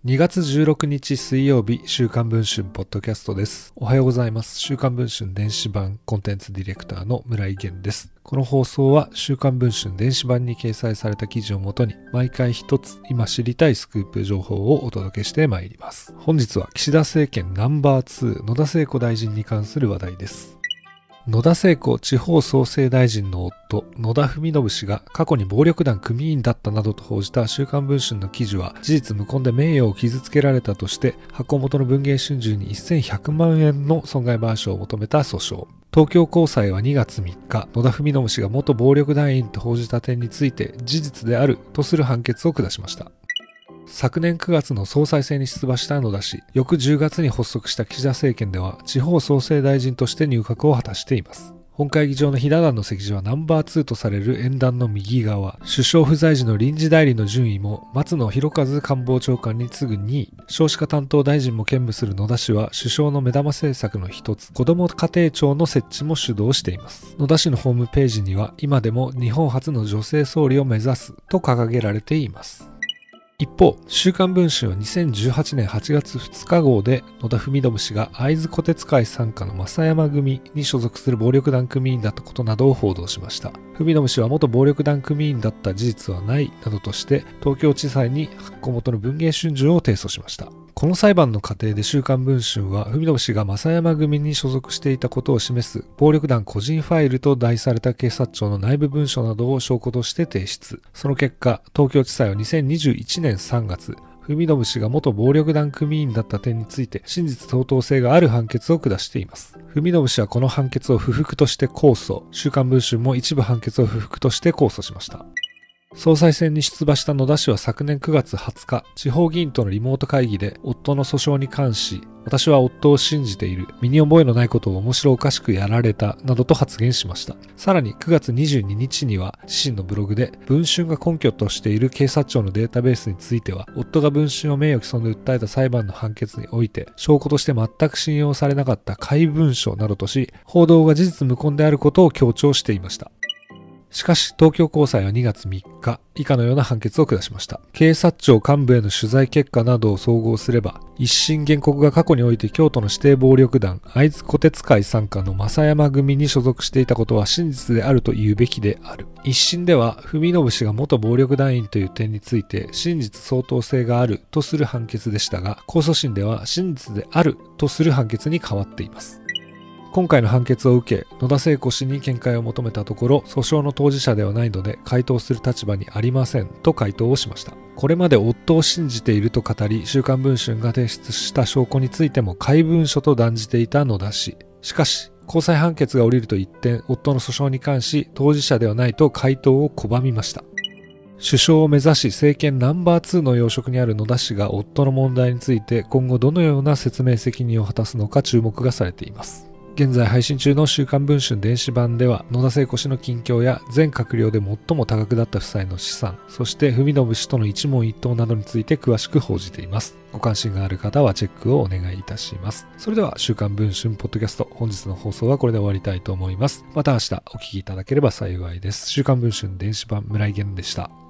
2月16日水曜日、週刊文春ポッドキャストです。おはようございます。週刊文春電子版コンテンツディレクターの村井源です。この放送は週刊文春電子版に掲載された記事をもとに毎回一つ今知りたいスクープ情報をお届けしてまいります。本日は岸田政権ナンバー2野田聖子大臣に関する話題です。野田聖子地方創生大臣の夫野田文信氏が過去に暴力団組員だったなどと報じた週刊文春の記事は事実無根で名誉を傷つけられたとして発行元の文藝春秋に1100万円の損害賠償を求めた訴訟。東京高裁は2月3日野田文信氏が元暴力団員と報じた点について事実であるとする判決を下しました。昨年9月の総裁選に出馬した野田氏、翌10月に発足した岸田政権では地方創生大臣として入閣を果たしています。本会議場のひな壇の席次はナンバー2とされる演壇の右側、首相不在時の臨時代理の順位も松野博一官房長官に次ぐ2位、少子化担当大臣も兼務する野田氏は首相の目玉政策の一つ、子ども家庭庁の設置も主導しています。野田氏のホームページには今でも日本初の女性総理を目指すと掲げられています。一方、週刊文春は2018年8月2日号で野田文信氏が会津虎鉄会傘下の正山組に所属する暴力団組員だったことなどを報道しました。文信氏は元暴力団組員だった事実はないなどとして東京地裁に発行元の文藝春秋を提訴しました。この裁判の過程で週刊文春は文信氏が正山組に所属していたことを示す暴力団個人ファイルと題された警察庁の内部文書などを証拠として提出。その結果、東京地裁は2021年3月、文信氏が元暴力団組員だった点について真実相当性がある判決を下しています。文信氏はこの判決を不服として控訴。週刊文春も一部判決を不服として控訴しました。総裁選に出馬した野田氏は昨年9月20日、地方議員とのリモート会議で夫の訴訟に関し、私は夫を信じている、身に覚えのないことを面白おかしくやられた、などと発言しました。さらに9月22日には自身のブログで、文春が根拠としている警察庁のデータベースについては、夫が文春を名誉毀損で訴えた裁判の判決において、証拠として全く信用されなかった怪文書などとし、報道が事実無根であることを強調していました。しかし、東京高裁は2月3日、以下のような判決を下しました。警察庁幹部への取材結果などを総合すれば、一審原告が過去において京都の指定暴力団、会津虎鉄会傘下の正山組に所属していたことは真実であると言うべきである。一審では、文信氏が元暴力団員という点について真実相当性があるとする判決でしたが、控訴審では真実であるとする判決に変わっています。今回の判決を受け、野田聖子氏に見解を求めたところ、訴訟の当事者ではないので回答する立場にありませんと回答をしました。これまで夫を信じていると語り、週刊文春が提出した証拠についても怪文書と断じていた野田氏。しかし、高裁判決が下りると一転、夫の訴訟に関し、当事者ではないと回答を拒みました。首相を目指し政権ナンバー2の要職にある野田氏が夫の問題について今後どのような説明責任を果たすのか注目がされています。現在配信中の週刊文春電子版では野田聖子氏の近況や全閣僚で最も多額だった負債の資産、そして文信氏との一問一答などについて詳しく報じています。ご関心がある方はチェックをお願いいたします。それでは週刊文春ポッドキャスト、本日の放送はこれで終わりたいと思います。また明日お聞きいただければ幸いです。週刊文春電子版村井源でした。